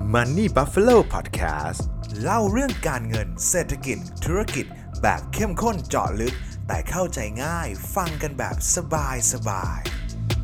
Money Buffalo Podcast เล่าเรื่องการเงินเศรษฐกิจธุรกิจแบบเข้มข้นเจาะลึกแต่เข้าใจง่ายฟังกันแบบสบายๆ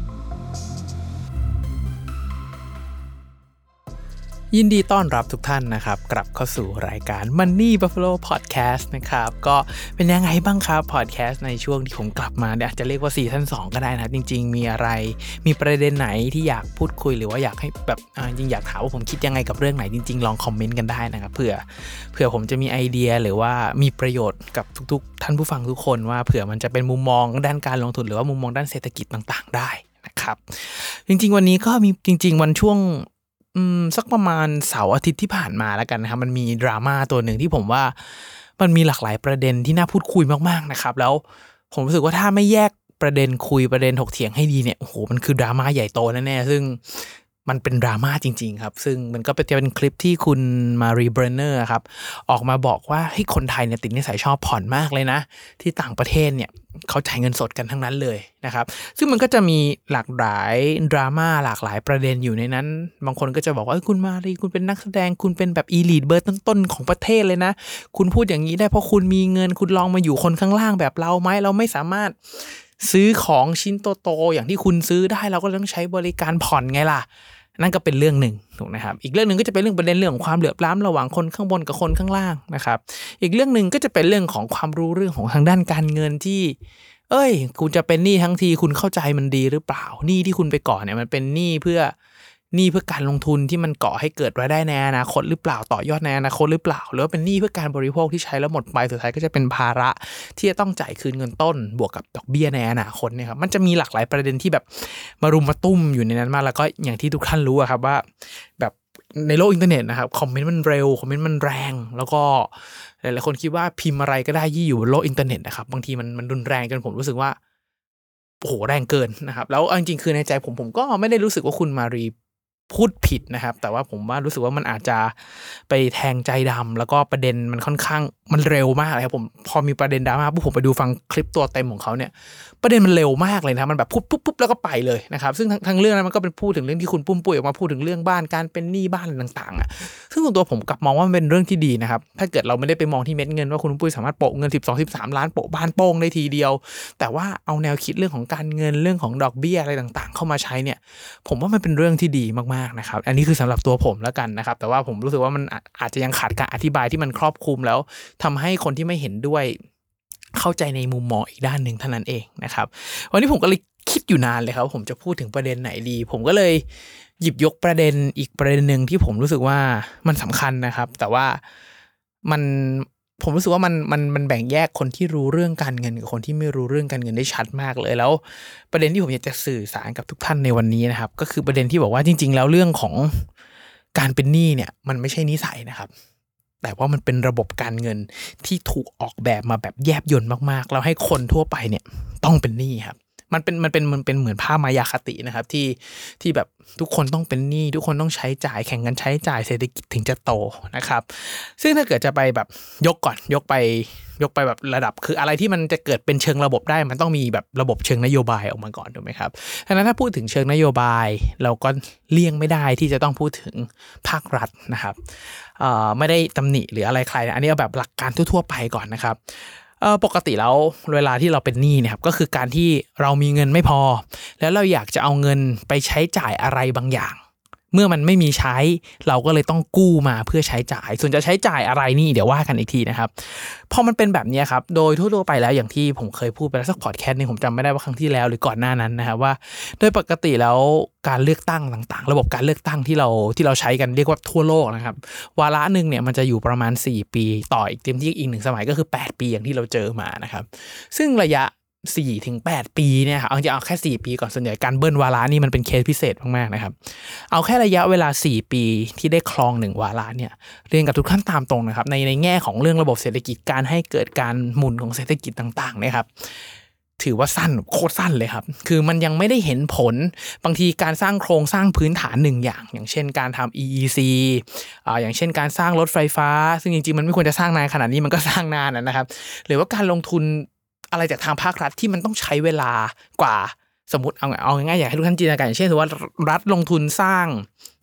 ยินดีต้อนรับทุกท่านนะครับกลับเข้าสู่รายการ Money Buffalo Podcast นะครับก็เป็นยังไงบ้างครับ Podcast ในช่วงที่ผมกลับมาเนี่ยจะเรียกว่าซีซั่น2ก็ได้นะจริงๆมีอะไรมีประเด็นไหนที่อยากพูดคุยหรือว่าอยากให้แบบจริงอยากถามว่าผมคิดยังไงกับเรื่องไหนจริงๆลองคอมเมนต์กันได้นะครับเผื่อผมจะมีไอเดียหรือว่ามีประโยชน์กับทุกๆท่านผู้ฟังทุกคนว่าเผื่อมันจะเป็นมุมมองด้านการลงทุนหรือว่ามุมมองด้านเศรษฐกิจต่างๆได้นะครับจริงๆวันนี้ก็มีจริงๆวันช่วงสักประมาณเสาร์อาทิตย์ที่ผ่านมาแล้วกันนะครับมันมีดราม่าตัวหนึ่งที่ผมว่ามันมีหลากหลายประเด็นที่น่าพูดคุยมากๆนะครับแล้วผมรู้สึกว่าถ้าไม่แยกประเด็นคุยประเด็นถกเถียงให้ดีเนี่ยโอ้โหมันคือดราม่าใหญ่โตแน่ๆซึ่งมันเป็นดราม่าจริงๆครับซึ่งมันก็เป็นคลิปที่คุณมารีเบรเนอร์ครับออกมาบอกว่าให้คนไทยเนี่ยติดนิสัยชอบผ่อนมากเลยนะที่ต่างประเทศเนี่ยเขาจ่ายเงินสดกันทั้งนั้นเลยนะครับซึ่งมันก็จะมีหลากหลายดราม่าหลากหลายประเด็นอยู่ในนั้นบางคนก็จะบอกว่าคุณมารีคุณเป็นนักแสดงคุณเป็นแบบอีลีทเบอร์ต้นๆของประเทศเลยนะคุณพูดอย่างนี้ได้เพราะคุณมีเงินคุณลองมาอยู่คนข้างล่างแบบเราไหมเราไม่สามารถซื้อของชิ้นโตๆอย่างที่คุณซื้อได้เราก็ต้องใช้บริการผ่อนไงล่ะนั่นก็เป็นเรื่องหนึ่งถูกนะครับอีกเรื่องนึงก็จะเป็นเรื่องประเด็นเรื่องของความเหลื่อมล้ำระหว่างคนข้างบนกับคนข้างล่างนะครับอีกเรื่องนึงก็จะเป็นเรื่องของความรู้เรื่องของทางด้านการเงินที่คุณจะเป็นหนี้ทั้งทีคุณเข้าใจมันดีหรือเปล่าหนี้ที่คุณไปก่อเนี่ยมันเป็นหนี้เพื่อการลงทุนที่มันก่อให้เกิดรายได้ในอนาคตหรือเปล่าต่อยอดในอนาคตหรือเปล่าหรือว่าเป็นหนี้เพื่อการบริโภคที่ใช้แล้วหมดไปสุดท้ายก็จะเป็นภาระที่จะต้องจ่ายคืนเงินต้นบวกกับดอกเบี้ยในอนาคตเนี่ยครับมันจะมีหลากหลายประเด็นที่แบบมารุมมาตุ้มอยู่ในนั้นมากแล้วก็อย่างที่ทุกท่านรู้อะครับว่าแบบในโลกอินเทอร์เน็ตนะครับคอมเมนต์มันเร็วคอมเมนต์มันแรงแล้วก็หลายๆคนคิดว่าพิมพ์อะไรก็ได้ยี่อยู่บนโลกอินเทอร์เน็ตนะครับบางทีมันรุนแรงจนผมรู้สึกว่าโอ้โหแรงเกินนะครับแล้วจริงๆคือในใจผมก็ไม่ได้รู้สึกว่าคุณมารีพูดผิดนะครับแต่ว่าผมว่ารู้สึกว่ามันอาจจะไปแทงใจดำแล้วก็ประเด็นมันค่อนข้างมันเร็วมากเลยครับผมพอมีประเด็นดราม่าปุ๊บผมไปดูฟังคลิปตัวเต็มของเขาเนี่ยประเด็นมันเร็วมากเลยนะมันแบบปุ๊บแล้วก็ไปเลยนะครับซึ่งทั้งเรื่องนั้นมันก็เป็นพูดถึงเรื่องที่คุณปุ้มปุ้ยออกมาพูดถึงเรื่องบ้านการเป็นหนี้บ้านต่างๆอ่ะซึ่งส่วนตัวผมกลับมองว่ามันเป็นเรื่องที่ดีนะครับถ้าเกิดเราไม่ได้ไปมองที่เม็ดเงินว่าคุณปุ้ยสามารถโปะเงิน12-13 ล้านโปะบ้านโป้งได้ทีเดียวแต่ว่าเอาแนวคิดเรื่องของการเงินเรื่องของดอกเบี้ยอะไรต่างๆเข้ามาใช้เนี่ยผมว่ามันเป็นเรื่องที่ดีมากๆนะครับอันนี้คือสำหรับตัวผมแล้วกันนะครับแต่ว่าผมรู้สึกว่ามันอาจจะยังขาดการอธิบายที่มันครอบคลุมแล้วทำให้คนที่ไม่เห็นด้วยเข้าใจในมุมมองอีกด้านหนึ่งเท่านั้นเองนะครับวันนี้ผมก็เลยคิดอยู่นานเลยครับผมจะพูดถึงประเด็นไหนดีผมก็เลยหยิบยกประเด็นอีกประเด็นนึงที่ผมรู้สึกว่ามันสำคัญนะครับแต่ว่าผมรู้สึกว่ามันแบ่งแยกคนที่รู้เรื่องการเงินกับคนที่ไม่รู้เรื่องการเงินได้ชัดมากเลยแล้วประเด็นที่ผมอยากจะสื่อสารกับทุกท่านในวันนี้นะครับก็คือประเด็นที่บอกว่าจริงๆแล้วเรื่องของการเป็นหนี้เนี่ยมันไม่ใช่นิสัยนะครับแต่ว่ามันเป็นระบบการเงินที่ถูกออกแบบมาแบบแยบยลมากๆแล้วให้คนทั่วไปเนี่ยต้องเป็นหนี้ครับมันเป็นเหมือนภาพมายาคตินะครับที่แบบทุกคนต้องเป็นหนี้ทุกคนต้องใช้จ่ายแข่งกันใช้จ่ายเศรษฐกิจถึงจะโตนะครับซึ่งถ้าเกิดจะไปแบบยกไปแบบระดับคืออะไรที่มันจะเกิดเป็นเชิงระบบได้มันต้องมีแบบระบบเชิงนโยบายออกมาก่อนถูกไหมครับดังนั้นถ้าพูดถึงเชิงนโยบายเราก็เลี่ยงไม่ได้ที่จะต้องพูดถึงภาครัฐนะครับไม่ได้ตำหนิหรืออะไรใครนะอันนี้เอาแบบหลักการทั่วๆไปก่อนนะครับปกติแล้วเวลาที่เราเป็นหนี้เนี่ยครับก็คือการที่เรามีเงินไม่พอแล้วเราอยากจะเอาเงินไปใช้จ่ายอะไรบางอย่างเมื่อมันไม่มีใช้เราก็เลยต้องกู้มาเพื่อใช้จ่ายส่วนจะใช้จ่ายอะไรนี่เดี๋ยวว่ากันอีกทีนะครับพอมันเป็นแบบนี้ครับโดยทั่วๆไปแล้วอย่างที่ผมเคยพูดไปแล้วสักพอดแคสต์นึงผมจำไม่ได้ว่าครั้งที่แล้วหรือก่อนหน้านั้นนะครับว่าโดยปกติแล้วการเลือกตั้งต่างๆระบบการเลือกตั้งที่เราใช้กันเรียกว่าทั่วโลกนะครับวาระนึงเนี่ยมันจะอยู่ประมาณ4 ปีต่ออีกเต็มที่อีก1 สมัยก็คือ8 ปีอย่างที่เราเจอมานะครับซึ่งระยะ4-8 ปีเนี่ยครับเอาแค่4 ปีก่อนส่วนใหญ่การเบิ้ลวาระนี่มันเป็นเคสพิเศษมากๆนะครับเอาแค่ระยะเวลา4 ปีที่ได้ครอง1 วาระเนี่ยเรียนกับทุกท่านตามตรงนะครับในแง่ของเรื่องระบบเศรษฐกิจการให้เกิดการหมุนของเศรษฐกิจต่างๆนะครับถือว่าสั้นโคตรสั้นเลยครับคือมันยังไม่ได้เห็นผลบางทีการสร้างโครงสร้างพื้นฐาน1 อย่างเช่นการทำ EEC อย่างเช่นการสร้างรถไฟฟ้าซึ่งจริงๆมันไม่ควรจะสร้างนานขนาดนี้มันก็สร้างนานนะครับหรือว่าการลงทุนอะไรจากทางภาครัฐที่มันต้องใช้เวลากว่าสมมติเอาง่ายๆอยากให้ทุกท่านจินตนาการอย่างเช่นว่ารัฐลงทุนสร้าง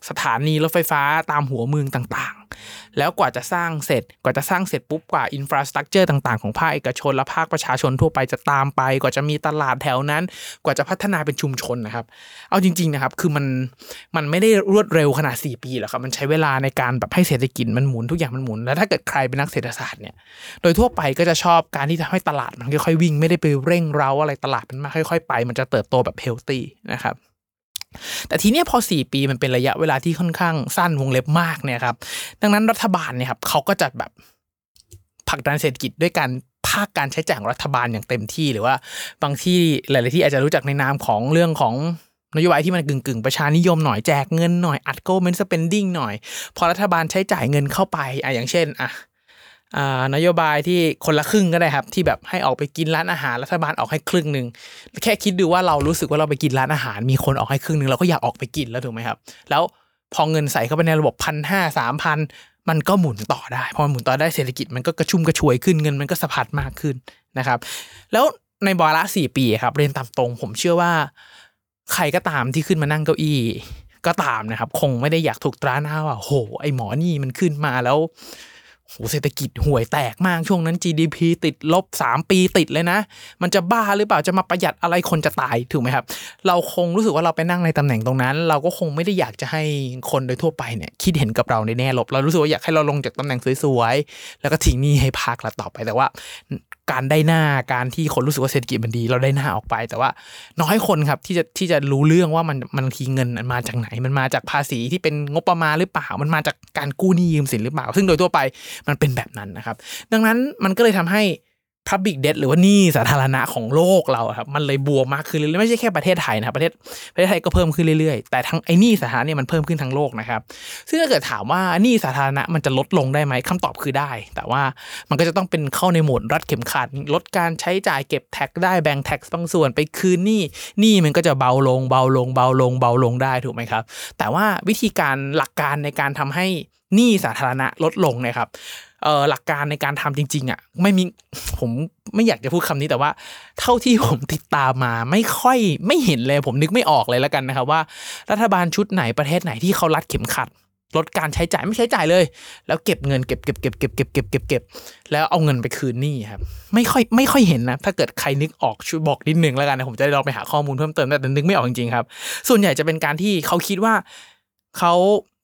สถานีรถไฟฟ้าตามหัวเมืองต่างๆแล้วกว่าจะสร้างเสร็จปุ๊บกว่าอินฟราสตรัคเจอร์ต่างๆของภาคเอกชนและภาคประชาชนทั่วไปจะตามไปกว่าจะมีตลาดแถวนั้นกว่าจะพัฒนาเป็นชุมชนนะครับเอาจริงๆนะครับคือมันไม่ได้รวดเร็วขนาด4 ปีหรอกครับมันใช้เวลาในการแบบให้เศรษฐกิจมันหมุนทุกอย่างมันหมุนแล้วถ้าเกิดใครเป็นนักเศรษฐศาสตร์เนี่ยโดยทั่วไปก็จะชอบการที่จะให้ตลาดมันค่อยๆวิ่งไม่ได้ไปเร่งเร้าอะไรตลาดมันมาค่อยๆไปมันจะเติบโตแบบเฮลตี้นะครับแต่ทีเนี้ยพอ4 ปีมันเป็นระยะเวลาที่ค่อนข้างสั้นวงเล็บมากเนี่ยครับดังนั้นรัฐบาลเนี่ยครับเขาก็จะแบบผลักดันเศรษฐกิจด้วยการภาคการใช้จ่ายของรัฐบาลอย่างเต็มที่หรือว่าบางที่หลายๆที่อาจจะรู้จักในนามของเรื่องของนโยบายที่มันกึ่งประชานิยมหน่อยแจกเงินหน่อยอัด government spending หน่อยพอรัฐบาลใช้จ่ายเงินเข้าไปอย่างเช่นนโยบายที่คนละครึ่งก็ได้ครับที่แบบให้ออกไปกินร้านอาหารรัฐบาลออกให้ครึ่งนึงแค่คิดดูว่าเรารู้สึกว่าเราไปกินร้านอาหารมีคนออกให้ครึ่งนึงเราก็อยากออกไปกินแล้วถูกไหมครับแล้วพอเงินใส่เข้าไปในระบบ 1,500 3,000 มันก็หมุนต่อได้พอหมุนต่อได้เศรษฐกิจมันก็กระชุ่มกระชวยขึ้นเงินมันก็สะพัดมากขึ้นนะครับแล้วในวาระ4 ปีครับเรียนตามตรงผมเชื่อว่าใครก็ตามที่ขึ้นมานั่งเก้าอี้ก็ตามนะครับคงไม่ได้อยากถูกตราหน้าว่าโหไอหมอนี่มันขึ้นมาแล้วโหเศรษฐกิจห่วยแตกมากช่วงนั้น GDP ติดลบ3 ปีติดเลยนะมันจะบ้าหรือเปล่าจะมาประหยัดอะไรคนจะตายถูกไหมครับเราคงรู้สึกว่าเราไปนั่งในตำแหน่งตรงนั้นเราก็คงไม่ได้อยากจะให้คนโดยทั่วไปเนี่ยคิดเห็นกับเราในแง่ลบเรารู้สึกว่าอยากให้เราลงจากตำแหน่งสวยๆแล้วก็ทิ้งหนี้ให้ภาคละต่อไปแต่ว่าการได้หน้าการที่คนรู้สึกว่าเศรษฐกิจมันดีเราได้หน้าออกไปแต่ว่าน้อยคนครับที่จะรู้เรื่องว่ามันทีเงินมาจากไหนมันมาจากภาษีที่เป็นงบประมาณหรือเปล่ามันมาจากการกู้หนี้ยืมสินหรือเปล่าซึ่งโดยทั่วไปมันเป็นแบบนั้นนะครับดังนั้นมันก็เลยทำให้ public debt หรือว่าหนี้สาธารณะของโลกเราครับมันเลยบวมมากขึ้นเรื่อยๆไม่ใช่แค่ประเทศไทยนะครับประเทศไทยก็เพิ่มขึ้นเรื่อยๆแต่ทั้งไอ้หนี้สาธารณะเนี่ยมันเพิ่มขึ้นทั้งโลกนะครับซึ่งถ้าเกิดถามว่าหนี้สาธารณะมันจะลดลงได้ไหมคำตอบคือได้แต่ว่ามันก็จะต้องเป็นเข้าในโหมดรัดเข็มขัดลดการใช้จ่ายเก็บแท็กได้แบ่งแท็กบางส่วนไปคืนหนี้มันก็จะเบาลงได้ถูกไหมครับแต่ว่าวิธีการหลักการในการทำให้หนี้สาธารณะลดลงนะครับหลักการในการทำจริงๆไม่มีผมไม่อยากจะพูดคำนี้แต่ว่าเท่าที่ผมติดตามมาไม่เห็นเลยผมนึกไม่ออกเลยแล้วกันนะครับว่ารัฐบาลชุดไหนประเทศไหนที่เขารัดเข็มขัดลดการใช้จ่ายไม่ใช้จ่ายเลยแล้วเก็บเงินเก็บแล้วเอาเงินไปคืนหนี้ครับไม่ค่อยเห็นนะถ้าเกิดใครนึกออกช่วยบอกนิดนึงแล้วกันนะผมจะได้ลองไปหาข้อมูลเพิ่มเติมแต่นึกไม่ออกจริงๆครับส่วนใหญ่จะเป็นการที่เขาคิดว่าเขา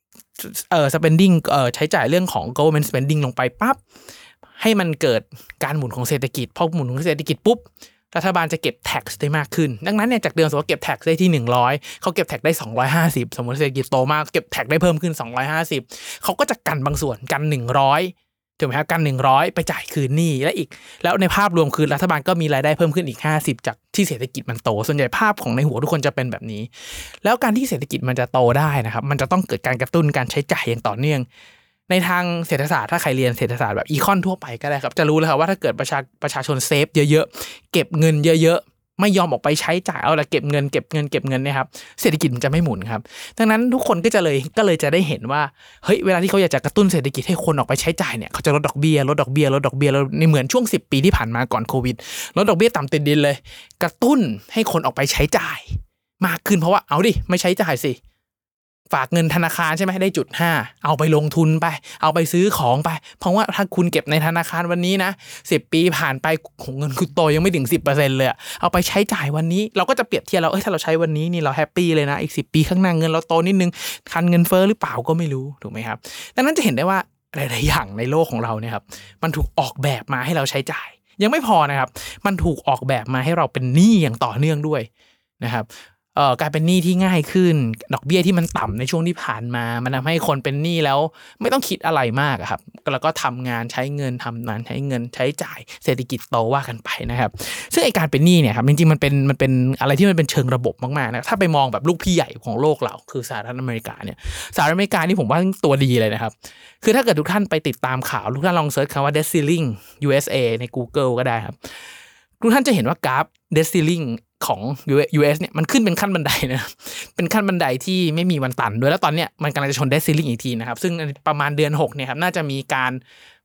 spending ใช้จ่ายเรื่องของ government spending ลงไปปั๊บให้มันเกิดการหมุนของเศรษฐกิจพอหมุนของเศรษฐกิจปุ๊บรัฐบาลจะเก็บ tax ได้มากขึ้นดังนั้นเนี่ยจากเดิมสมมติว่าเก็บ tax ได้ที่100เขาเก็บ tax ได้250สมมุติเศรษฐกิจโตมากเก็บ tax ได้เพิ่มขึ้น250เขาก็จะกันบางส่วนกัน100ถูกไหมครับกัน100ไปจ่ายคืนหนี้แล้วในภาพรวมคือรัฐบาลก็มีรายได้เพิ่มขึ้นอีก50จากที่เศรษฐกิจมันโตส่วนใหญ่ภาพของในหัวทุกคนจะเป็นแบบนี้แล้วการที่เศรษฐกิจมันจะโตได้นะครับมันจะต้องเกิดการกระตุ้นการใช้จ่ายอย่างต่อเนื่องในทางเศรษฐศาสตร์ถ้าใครเรียนเศรษฐศาสตร์แบบอีคอนทั่วไปก็ได้ครับจะรู้เลยครับว่าถ้าเกิดประชาชนเซฟเยอะๆเก็บเงินเยอะๆไม่ยอมออกไปใช้จ่ายเอาแต่เก็บเงินเนี่ยครับเศรษฐกิจมันจะไม่หมุนครับดังนั้นทุกคนก็เลยจะได้เห็นว่าเฮ้ยเวลาที่เขาอยากจะกระตุ้นเศรษฐกิจให้คนออกไปใช้จ่ายเนี่ยเขาจะลดดอกเบี้ยแล้วในเหมือนช่วง10 ปีที่ผ่านมาก่อนโควิดลดดอกเบี้ยต่ำติดดินเลยกระตุ้นให้คนออกไปใช้จ่ายมากขึ้นเพราะว่าเอาดิไม่ใช้จ่ายสิฝากเงินธนาคารใช่ไหมได้0.5เอาไปลงทุนไปเอาไปซื้อของไปเพราะว่าถ้าคุณเก็บในธนาคารวันนี้นะ10 ปีผ่านไปเงินคุณโตยังไม่ถึง 10% เลยเอาไปใช้จ่ายวันนี้เราก็จะเปรียบเทียบเราถ้าเราใช้วันนี้นี่เราแฮปปี้เลยนะอีก10 ปีข้างหน้าเงินเราโตนิดนึงทันเงินเฟ้อหรือเปล่าก็ไม่รู้ถูกไหมครับดังนั้นจะเห็นได้ว่าหลายๆอย่างในโลกของเราเนี่ยครับมันถูกออกแบบมาให้เราใช้จ่ายยังไม่พอนะครับมันถูกออกแบบมาให้เราเป็นหนี้อย่างต่อเนื่องด้วยนะครับกลายเป็นหนี้ที่ง่ายขึ้นดอกเบี้ยที่มันต่ำในช่วงที่ผ่านมามันทำให้คนเป็นหนี้แล้วไม่ต้องคิดอะไรมากครับแล้วก็ทำงานใช้เงินใช้จ่ายเศรษฐกิจโตว่ากันไปนะครับซึ่งไอการเป็นหนี้เนี่ยครับจริงๆมันเป็นอะไรที่มันเป็นเชิงระบบมากๆนะถ้าไปมองแบบลูกพี่ใหญ่ของโลกเราคือสหรัฐอเมริกาเนี่ยสหรัฐอเมริกานี่ผมว่าตัวดีเลยนะครับคือถ้าเกิดทุกท่านไปติดตามข่าวทุกท่านลองเซิร์ชคำว่า debt ceiling USA ใน Google ก็ได้ครับทุกท่านจะเห็นว่ากราฟ debt ceilingของ US เนี่ยมันขึ้นเป็นขั้นบันไดนะเป็นขั้นบันไดที่ไม่มีวันตันด้วยแล้วตอนเนี้ยมันกำลังจะชน debt ceiling อีกทีนะครับซึ่งประมาณเดือน6เนี่ยครับน่าจะมีการ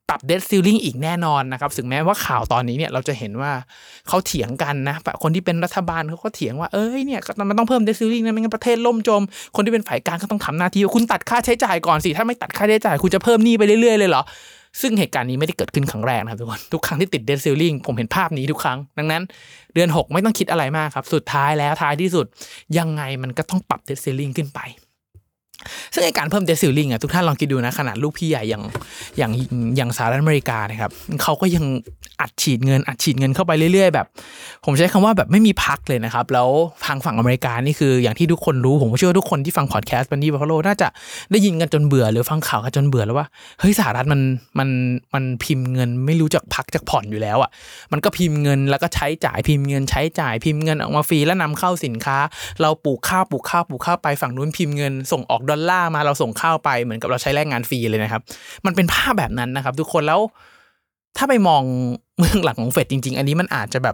ปรับ debt ceiling อีกแน่นอนนะครับถึงแม้ว่าข่าวตอนนี้เนี่ยเราจะเห็นว่าเขาเถียงกันนะคนที่เป็นรัฐบาลเขาก็เถียงว่าเนี่ยมันต้องเพิ่ม debt ceiling นะไม่งั้นประเทศล่มจมคนที่เป็นฝ่ายกลางก็ต้องทำหน้าที่ว่าคุณตัดค่าใช้จ่ายก่อนสิถ้าไม่ตัดค่าใช้จ่ายคุณจะเพิ่มหนี้ไปเรื่อยๆเลยเหรอซึ่งเหตุการณ์นี้ไม่ได้เกิดขึ้นครั้งแรกนะครับทุกครั้งที่ติด debt ceiling ผมเห็นภาพนี้ทุกครั้งดังนั้นเดือน6ไม่ต้องคิดอะไรมากครับสุดท้ายที่สุดยังไงมันก็ต้องปรับ debt ceiling ขึ้นไปซึ่งการเพิ่ม debt ceiling ทุกท่านลองคิดดูนะขนาดลูกพี่ใหญ่อย่างสหรัฐอเมริกานะครับเขาก็ยังอัดฉีดเงินเข้าไปเรื่อยๆแบบผมใช้คำว่าแบบไม่มีพักเลยนะครับแล้วทางฝั่งอเมริกานี่คืออย่างที่ทุกคนรู้ผมเชื่อว่าทุกคนที่ฟังพอดแคสต์บันนี่บัฟฟาโลน่าจะได้ยินกันจนเบื่อหรือฟังข่าวกันจนเบื่อแล้วว่าเฮ้ยสหรัฐมันพิมพ์เงินไม่รู้จักพักจักผ่อนอยู่แล้วอ่ะมันก็พิมพ์เงินแล้วก็ใช้จ่ายพิมพ์เงินใช้จ่ายพิมพ์เงินออกมาฟรีแล้วนำเข้าสินค้าเราปลูกข้าวไปฝั่งนู้นพิมพ์เงินส่งออกดอลลาร์มาเราส่งข้าวไปเหมือนกับเราใช้แรงงานฟรีเลยนะครับมันเป็นภาพแบบนั้นนะครับทุกคนแล้วถ้าไปมองเบื้องหลังของเฟดจริงๆอันนี้มันอาจจะแบบ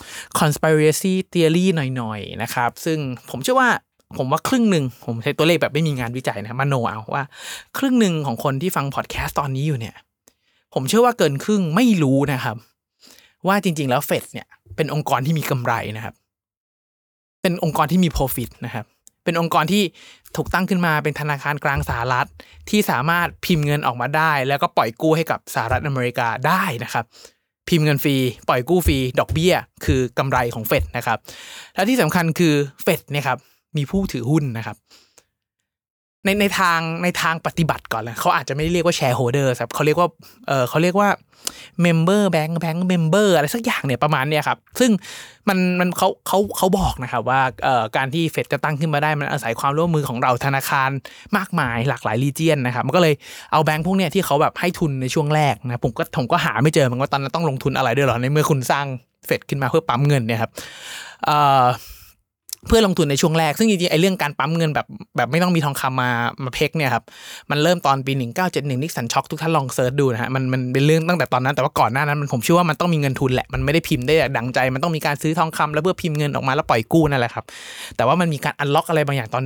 conspiracy theory หน่อยๆนะครับซึ่งผมเชื่อว่าครึ่งนึงผมใช้ตัวเลขแบบไม่มีงานวิจัยนะมโนเอาว่าครึ่งนึงของคนที่ฟังพอดแคสต์ตอนนี้อยู่เนี่ยผมเชื่อว่าเกินครึ่งไม่รู้นะครับว่าจริงๆแล้วเฟดเนี่ยเป็นองค์กรที่มีกำไรนะครับเป็นองค์กรที่มี profit นะครับเป็นองค์กรที่ถูกตั้งขึ้นมาเป็นธนาคารกลางสหรัฐที่สามารถพิมพ์เงินออกมาได้แล้วก็ปล่อยกู้ให้กับสหรัฐอเมริกาได้นะครับพิมพ์เงินฟรีปล่อยกู้ฟรีดอกเบี้ยคือกำไรของเฟดนะครับและที่สำคัญคือเฟดเนี่ยครับมีผู้ถือหุ้นนะครับในทางปฏิบัติก่อนเลยเขาอาจจะไม่เรียกว่า shareholder ครับเขาเรียกว่า member bank member อะไรสักอย่างเนี่ยประมาณเนี่ยครับซึ่งมันเขาบอกนะครับว่าการที่เฟดจะตั้งขึ้นมาได้มันอาศัยความร่วมมือของเราธนาคารมากมายหลากหลายรีเจียนนะครับมันก็เลยเอาแบงค์พวกเนี้ยที่เขาแบบให้ทุนในช่วงแรกนะผมก็หาไม่เจอมันว่าตอนนั้นต้องลงทุนอะไรด้วยหรอในเมื่อคุณสร้างเฟดขึ้นมาเพื่อปั๊มเงินเนี่ยครับเพื่อลงทุนในช่วงแรกซึ่งจริงๆไอ้เรื่องการปั๊มเงินแบบไม่ต้องมีทองคำมาเพ็กเนี่ยครับมันเริ่มตอนปี1971นิกสันช็อคทุกท่านลองเซิร์ชดูนะฮะมันเป็นเรื่องตั้งแต่ตอนนั้นแต่ว่าก่อนหน้านั้นผมเชื่อว่ามันต้องมีเงินทุนแหละมันไม่ได้พิมพ์ได้ดังใจมันต้องมีการซื้อทองคำแล้วเพื่อพิมพ์เงินออกมาแล้วปล่อยกู้นั่นแหละครับแต่ว่ามันมีการอันล็อกอะไรบางอย่างตอน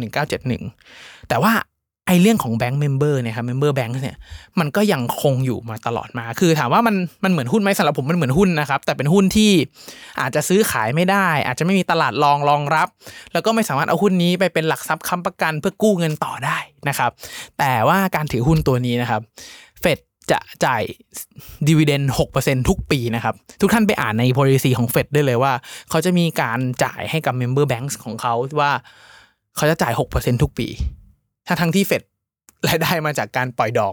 1971แต่ว่าไอ้เรื่องของแบงค์เมมเบอร์เนี่ยครับเมมเบอร์แบงค์เนี่ยมันก็ยังคงอยู่มาตลอดมาคือถามว่ามันเหมือนหุ้นไหมสำหรับผมมันเหมือนหุ้นนะครับแต่เป็นหุ้นที่อาจจะซื้อขายไม่ได้อาจจะไม่มีตลาดรองรับแล้วก็ไม่สามารถเอาหุ้นนี้ไปเป็นหลักทรัพย์ค้ำประกันเพื่อกู้เงินต่อได้นะครับแต่ว่าการถือหุ้นตัวนี้นะครับเฟดจะจ่ายดิวิเดนด์ 6% ทุกปีนะครับทุกท่านไปอ่านใน policy ของเฟดได้เลยว่าเขาจะมีการจ่ายให้กับ member banks ของเขาว่าเขาจะจ่าย 6% ทุกปีทั้งที่เฟดรายได้มาจากการปล่อยดอก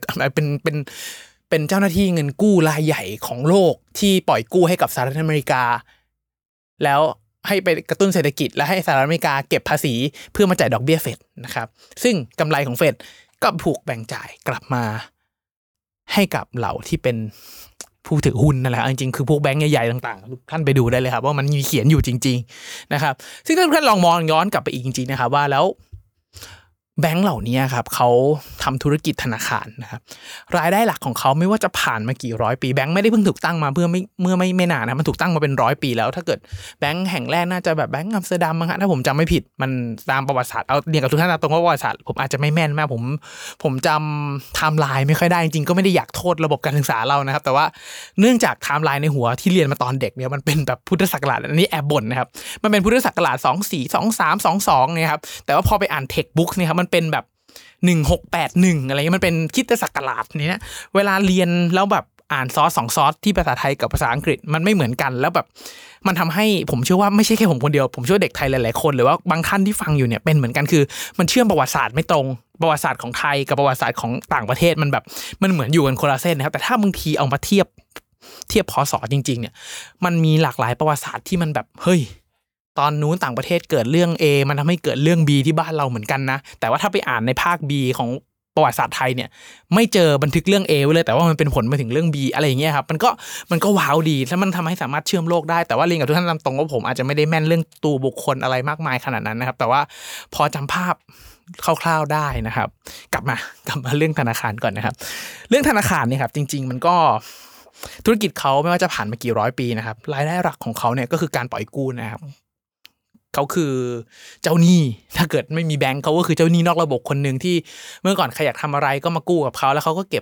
เป็นเจ้าหน้าที่เงินกู้รายใหญ่ของโลกที่ปล่อยกู้ให้กับสหรัฐอเมริกาแล้วให้ไปกระตุ้นเศรษฐกิจและให้สหรัฐอเมริกาเก็บภาษีเพื่อมาจ่ายดอกเบี้ยเฟดนะครับซึ่งกำไรของเฟดก็ถูกแบ่งจ่ายกลับมาให้กับเหล่าที่เป็นผู้ถือหุ้นนั่นแหละจริงๆคือพวกแบงก์ใหญ่ๆต่างๆทุกท่านไปดูได้เลยครับว่ามันมีเขียนอยู่จริงๆนะครับซึ่งถ้าทุกท่านลองมองย้อนกลับไปอีกจริงๆนะครับว่าแล้วแบงก์เหล่านี้ครับเขาทำธุรกิจธนาคารนะครับรายได้หลักของเขาไม่ว่าจะผ่านมากี่ร้อยปีแบงก์ไม่ได้เพิ่งถูกตั้งมาเมื่อไม่นานนะมันถูกตั้งมาเป็น100 ปีแล้วถ้าเกิดแบงก์แห่งแรกน่าจะแบบแบงก์อัมสเตอร์ดัมมั้งฮะถ้าผมจำไม่ผิดมันตามประวัติศาสตร์เอาเรียนกับทุกท่านตรงว่าประวัติศาสตร์ผมอาจจะไม่แม่นมากผมจำไทม์ไลน์ไม่ค่อยได้จริงๆก็ไม่ได้อยากโทษระบบการศึกษาเรานะครับแต่ว่าเนื่องจากไทม์ไลน์ในหัวที่เรียนมาตอนเด็กเนี่ยมันเป็นแบบพุทธศักราชอันนี้แอบบ่นนะครับมันเป็นพุทธศักราช242322เนี่ยครับแต่ว่าพอไปอ่านเทคบุ๊กเนี่ยครับมันเป็นแบบ1681อะไรเงี้ยมันเป็นคริสตศักราชนี้นะเวลาเรียนแล้วแบบอ่านซอส2ซอสที่ภาษาไทยกับภาษาอังกฤษมันไม่เหมือนกันแล้วแบบมันทำให้ผมเชื่อว่าไม่ใช่แค่ผมคนเดียวผมเชื่อเด็กไทยหลายๆคนหรือว่าบางท่านที่ฟังอยู่เนี่ยเป็นเหมือนกันคือมันเชื่อมประวัติศาสตร์ไม่ตรงประวัติศาสตร์ของไทยกับประวัติศาสตร์ของต่างประเทศมันแบบมันเหมือนอยู่กันคนละเส้นนะครับแต่ถ้าบางทีเอามาเทียบพศจริงๆเนี่ยมันมีหลากหลายประวัติศาสตร์ที่มันแบบเฮ้ยตอนนู้นต่างประเทศเกิดเรื่อง A มันทำให้เกิดเรื่อง B ที่บ้านเราเหมือนกันนะแต่ว่าถ้าไปอ่านในภาค B ของประวัติศาสตร์ไทยเนี่ยไม่เจอบันทึกเรื่อง A ไว้เลยแต่ว่ามันเป็นผลมาถึงเรื่อง B อะไรอย่างเงี้ยครับมันก็ว้าวดีแล้วมันทำให้สามารถเชื่อมโลกได้แต่ว่าเรียนกับทุกท่านตามตรงว่าผมอาจจะไม่ได้แม่นเรื่องตัวบุคคลอะไรมากมายขนาดนั้นนะครับแต่ว่าพอจำภาพคร่าวๆได้นะครับกลับมาเรื่องธนาคารก่อนนะครับเรื่องธนาคารเนี่ยครับจริงๆมันก็ธุรกิจเขาไม่ว่าจะผ่านมากี่ร้อยปีนะครับรายได้หลักของเขาเนี่ยก็คือการปล่อยกู้นะครับเขาคือเจ้าหนี้ถ้าเกิดไม่มีแบงก์เขาก็คือเจ้าหนี้นอกระบบคนหนึ่งที่เมื่อก่อนใครอยากทำอะไรก็มากู้กับเขาแล้วเขาก็เก็บ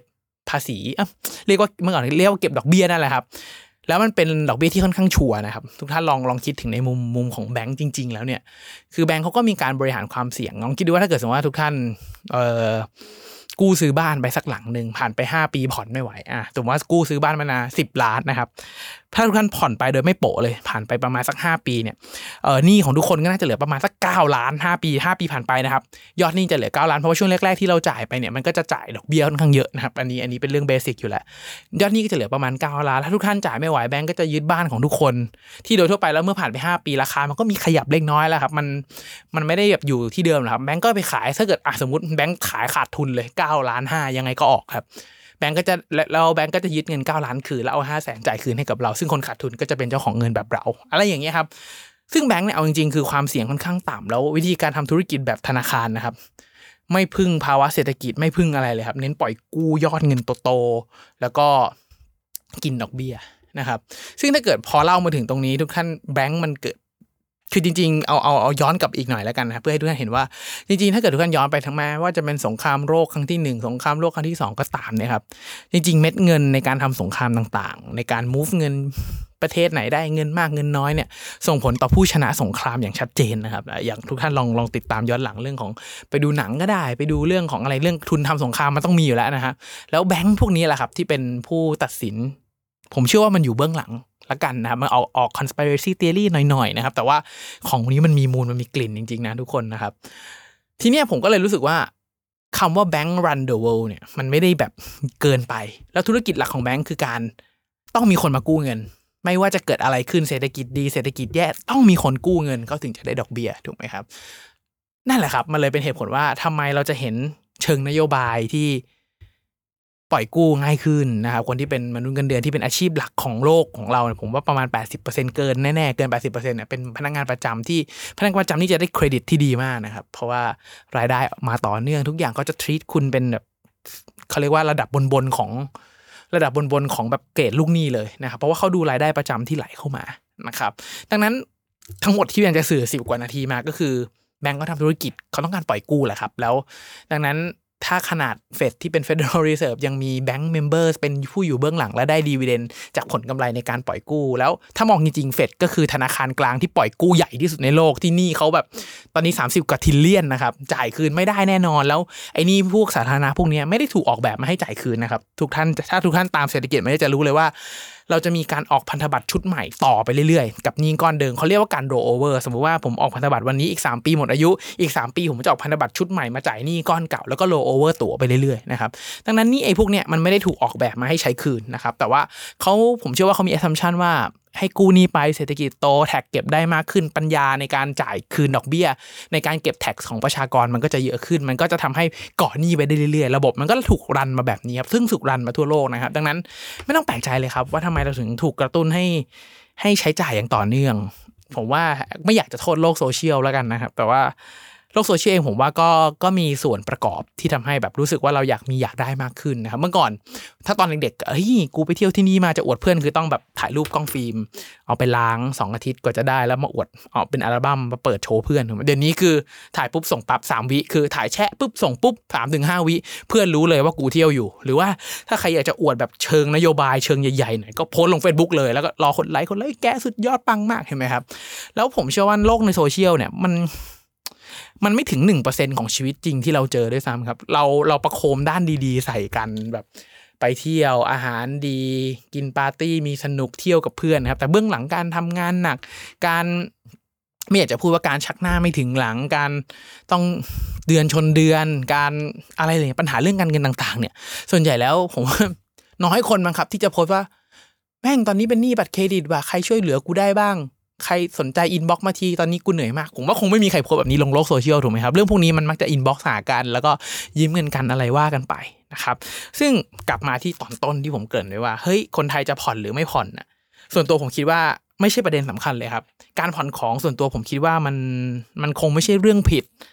ภาษีเรียกว่าเมื่อก่อนเรียกว่าเก็บดอกเบี้ยนั่นแหละครับแล้วมันเป็นดอกเบี้ยที่ค่อนข้างชัวร์นะครับทุกท่านลองคิดถึงในมุมของแบงก์จริงๆแล้วเนี่ยคือแบงก์เขาก็มีการบริหารความเสี่ยงลองคิดดูว่าถ้าเกิดสมมติว่าทุกท่านกู้ซื้อบ้านไปสักหลังนึงผ่านไป5ปีผ่อนไม่ไหวสมมติว่ากู้ซื้อบ้านมา10 ล้านนะครับถ้าทุกท่านผ่อนไปโดยไม่โปะเลยผ่านไปประมาณสัก5ปีเนี่ยหนี้ของทุกคนก็น่าจะเหลือประมาณสัก9ล้าน5ปีผ่านไปนะครับยอดหนี้จะเหลือ9ล้านเพราะว่าช่วงแรกๆที่เราจ่ายไปเนี่ยมันก็จะจ่ายดอกเบี้ยค่อนข้างเยอะนะครับอันนี้เป็นเรื่องเบสิกอยู่แล้วยอดหนี้ก็จะเหลือประมาณ9ล้านถ้าทุกท่านจ่ายไม่ไหวแบงก์ก็จะยึดบ้านของทุกคนที่โดยทั่วไปแล้วเมื่อผ่านไป5ปีราคามันก็มีขยับเล็กน้อยแล้วครับมันไม่ได้แบบอยู่ที่เดิมหรอกครับแบงก์ก็ไปขายถ้าเกิดสมมุติแบงก์ขายขาดทุนเลย9.5 ล้านยังไงก็ออกครับแบงก์ก็จะยึดเงิน9ล้านคืนแล้วเอา500,000จ่ายคืนให้กับเราซึ่งคนขาดทุนก็จะเป็นเจ้าของเงินแบบเราอะไรอย่างเงี้ยครับซึ่งแบงก์เนี่ยเอาจริงๆคือความเสี่ยงค่อนข้างต่ำแล้ววิธีการทำธุรกิจแบบธนาคารนะครับไม่พึ่งภาวะเศรษฐกิจไม่พึ่งอะไรเลยครับเน้นปล่อยกู้ยอดเงินโตๆแล้วก็กินดอกเบี้ยนะครับซึ่งถ้าเกิดพอเล่ามาถึงตรงนี้ทุกท่านแบงก์มันเกิดคือจริงๆเอาย้อนกลับอีกหน่อยแล้วกันนะครับเพื่อให้ทุกท่านเห็นว่าจริงๆถ้าเกิดทุกท่านย้อนไปทั้งแม้ว่าจะเป็นสงครามโลกครั้งที่1สงครามโลกครั้งที่2ก็ตามเนี่ยครับจริงๆเม็ดเงินในการทำสงครามต่างๆในการ move เงินประเทศไหนได้เงินมากเงินน้อยเนี่ยส่งผลต่อผู้ชนะสงครามอย่างชัดเจนนะครับอย่างทุกท่านลองติดตามย้อนหลังเรื่องของไปดูหนังก็ได้ไปดูเรื่องของอะไรเรื่องทุนทำสงครามมันต้องมีอยู่แล้วนะฮะแล้วแบงค์พวกนี้แหละครับที่เป็นผู้ตัดสินผมเชื่อว่ามันอยู่เบื้องหลังละกันนะครับมันออก conspiracy theory หน่อยๆนะครับแต่ว่าของนี้มันมีมูลมันมีกลิ่นจริงๆนะทุกคนนะครับทีเนี้ยผมก็เลยรู้สึกว่าคำว่า bank run the world เนี่ยมันไม่ได้แบบเกินไปแล้วธุรกิจหลักของแบงค์คือการต้องมีคนมากู้เงินไม่ว่าจะเกิดอะไรขึ้นเศรษฐกิจดีเศรษฐกิจแย่ต้องมีคนกู้เงินเขาถึงจะได้ดอกเบี้ยถูกไหมครับนั่นแหละครับมันเลยเป็นเหตุผลว่าทำไมเราจะเห็นเชิงนโยบายที่ปล่อยกู้ง่ายขึ้นนะครับคนที่เป็นมนุษย์เงินเดือนที่เป็นอาชีพหลักของโลกของเราเนี่ยผมว่าประมาณ 80% เกินแน่ๆเกิน 80% เนี่ยเป็นพนักงานประจำที่จะได้เครดิตที่ดีมากนะครับเพราะว่ารายได้มาต่อเนื่องทุกอย่างก็จะ treat คุณเป็นแบบเขาเรียกว่าระดับบนของแบบเกรดลูกหนี้เลยนะครับเพราะว่าเขาดูรายได้ประจำที่ไหลเข้ามานะครับดังนั้นทั้งหมดที่อยากจะสื่อ10 กว่านาทีมาก็คือแบงก์ก็ทำธุรกิจเขาต้องการปล่อยกู้แหละครับแล้วดังนั้นถ้าขนาดเฟดที่เป็น Federal Reserve ยังมี Bank Members เป็นผู้อยู่เบื้องหลังและได้ดีวิเดนจากผลกำไรในการปล่อยกู้แล้วถ้ามองจริงๆเฟดก็คือธนาคารกลางที่ปล่อยกู้ใหญ่ที่สุดในโลกที่นี่เขาแบบตอนนี้30 กว่าทริลเลียนนะครับจ่ายคืนไม่ได้แน่นอนแล้วไอ้นี่พวกสาธารณะพวกนี้ไม่ได้ถูกออกแบบมาให้จ่ายคืนนะครับถ้าทุกท่านตามเศรษฐกิจมันจะรู้เลยว่าเราจะมีการออกพันธบัตรชุดใหม่ต่อไปเรื่อยๆกับหนี้ก้อนเดิมเขาเรียกว่าการ roll over สมมุติว่าผมออกพันธบัตรวันนี้อีก3 ปีหมดอายุอีก3 ปีผมจะออกพันธบัตรชุดใหม่มาจ่ายหนี้ก้อนเก่าแล้วก็ roll over ตั๋วไปเรื่อยๆนะครับดังนั้นนี่ไอ้พวกเนี้ยมันไม่ได้ถูกออกแบบมาให้ใช้คืนนะครับแต่ว่าผมเชื่อว่าเขามี assumption ว่าให้กู้หนี้ไปเศรษฐกิจโตแท็กเก็บได้มากขึ้นปัญญาในการจ่ายคืนดอกเบี้ยในการเก็บแท็กของประชากรมันก็จะเยอะขึ้นมันก็จะทำให้ก่อหนี้ไปได้เรื่อยๆระบบมันก็ถูกรันมาแบบนี้ครับซึ่งถูกรันมาทั่วโลกนะครับดังนั้นไม่ต้องแปลกใจเลยครับว่าทำไมเราถึงถูกกระตุ้นให้ใช้จ่ายอย่างต่อเนื่องผมว่าไม่อยากจะโทษโลกโซเชียลแล้วกันนะครับแต่ว่าโลกโซเชียลเองผมว่าก็มีส่วนประกอบที่ทำให้แบบรู้สึกว่าเราอยากได้มากขึ้นนะครับเมื่อก่อนถ้าตอนเด็กๆกูไปเที่ยวที่นี่มาจะอวดเพื่อนคือต้องแบบถ่ายรูปกล้องฟิล์มเอาไปล้าง2 อาทิตย์กว่าจะได้แล้วมาอวดเอาเป็นอัลบั้มมาเปิดโชว์เพื่อนเดี๋ยวนี้คือถ่ายปุ๊บส่งปั๊บ3 วิคือถ่ายแชะปุ๊บส่งปุ๊บ3-5 วิเพื่อนรู้เลยว่ากูเที่ยวอยู่หรือว่าถ้าใครอยากจะอวดแบบเชิงนโยบายเชิงใหญ่ๆหน่อยก็โพสต์ลง Facebook เลยแล้วก็รอคนไลค์แกสุดยอดปังมากเห็นไหมครับแล้วผมเชื่อว่าโลกในโซเชียลเนี่ยมันไม่ถึง 1% ของชีวิตจริงที่เราเจอด้วยซ้ำครับเราประโคมด้านดีๆใส่กันแบบไปเที่ยวอาหารดีกินปาร์ตี้มีสนุกเที่ยวกับเพื่อนครับแต่เบื้องหลังการทำงานหนักการไม่อยากจะพูดว่าการชักหน้าไม่ถึงหลังการต้องเดือนชนเดือนการอะไรเลยปัญหาเรื่องการเงินต่างๆเนี่ยส่วนใหญ่แล้วผมว่าน้อยคนมั้งครับที่จะโพสต์ว่าแม่งตอนนี้เป็นหนี้บัตรเครดิตว่ะใครช่วยเหลือกูได้บ้างใครสนใจอินบ็อกซ์มาทีตอนนี้กูเหนื่อยมากผมว่าคงไม่มีใครโพสแบบนี้ลงโลกโซเชียลถูกไหมครับเรื่องพวกนี้มันมักจะอินบ็อกซ์หากันแล้วก็ยืมเงินกันอะไรว่ากันไปนะครับซึ่งกลับมาที่ตอนต้นที่ผมเกริ่นไว้ว่าเฮ้ยคนไทยจะผ่อนหรือไม่ผ่อนน่ะส่วนตัวผมคิดว่าไม่ใช่ประเด็นสำคัญเลยครับการผ่อนของส่วนตัวผมคิดว่ามันคงไม่ใช่เรื่องผิด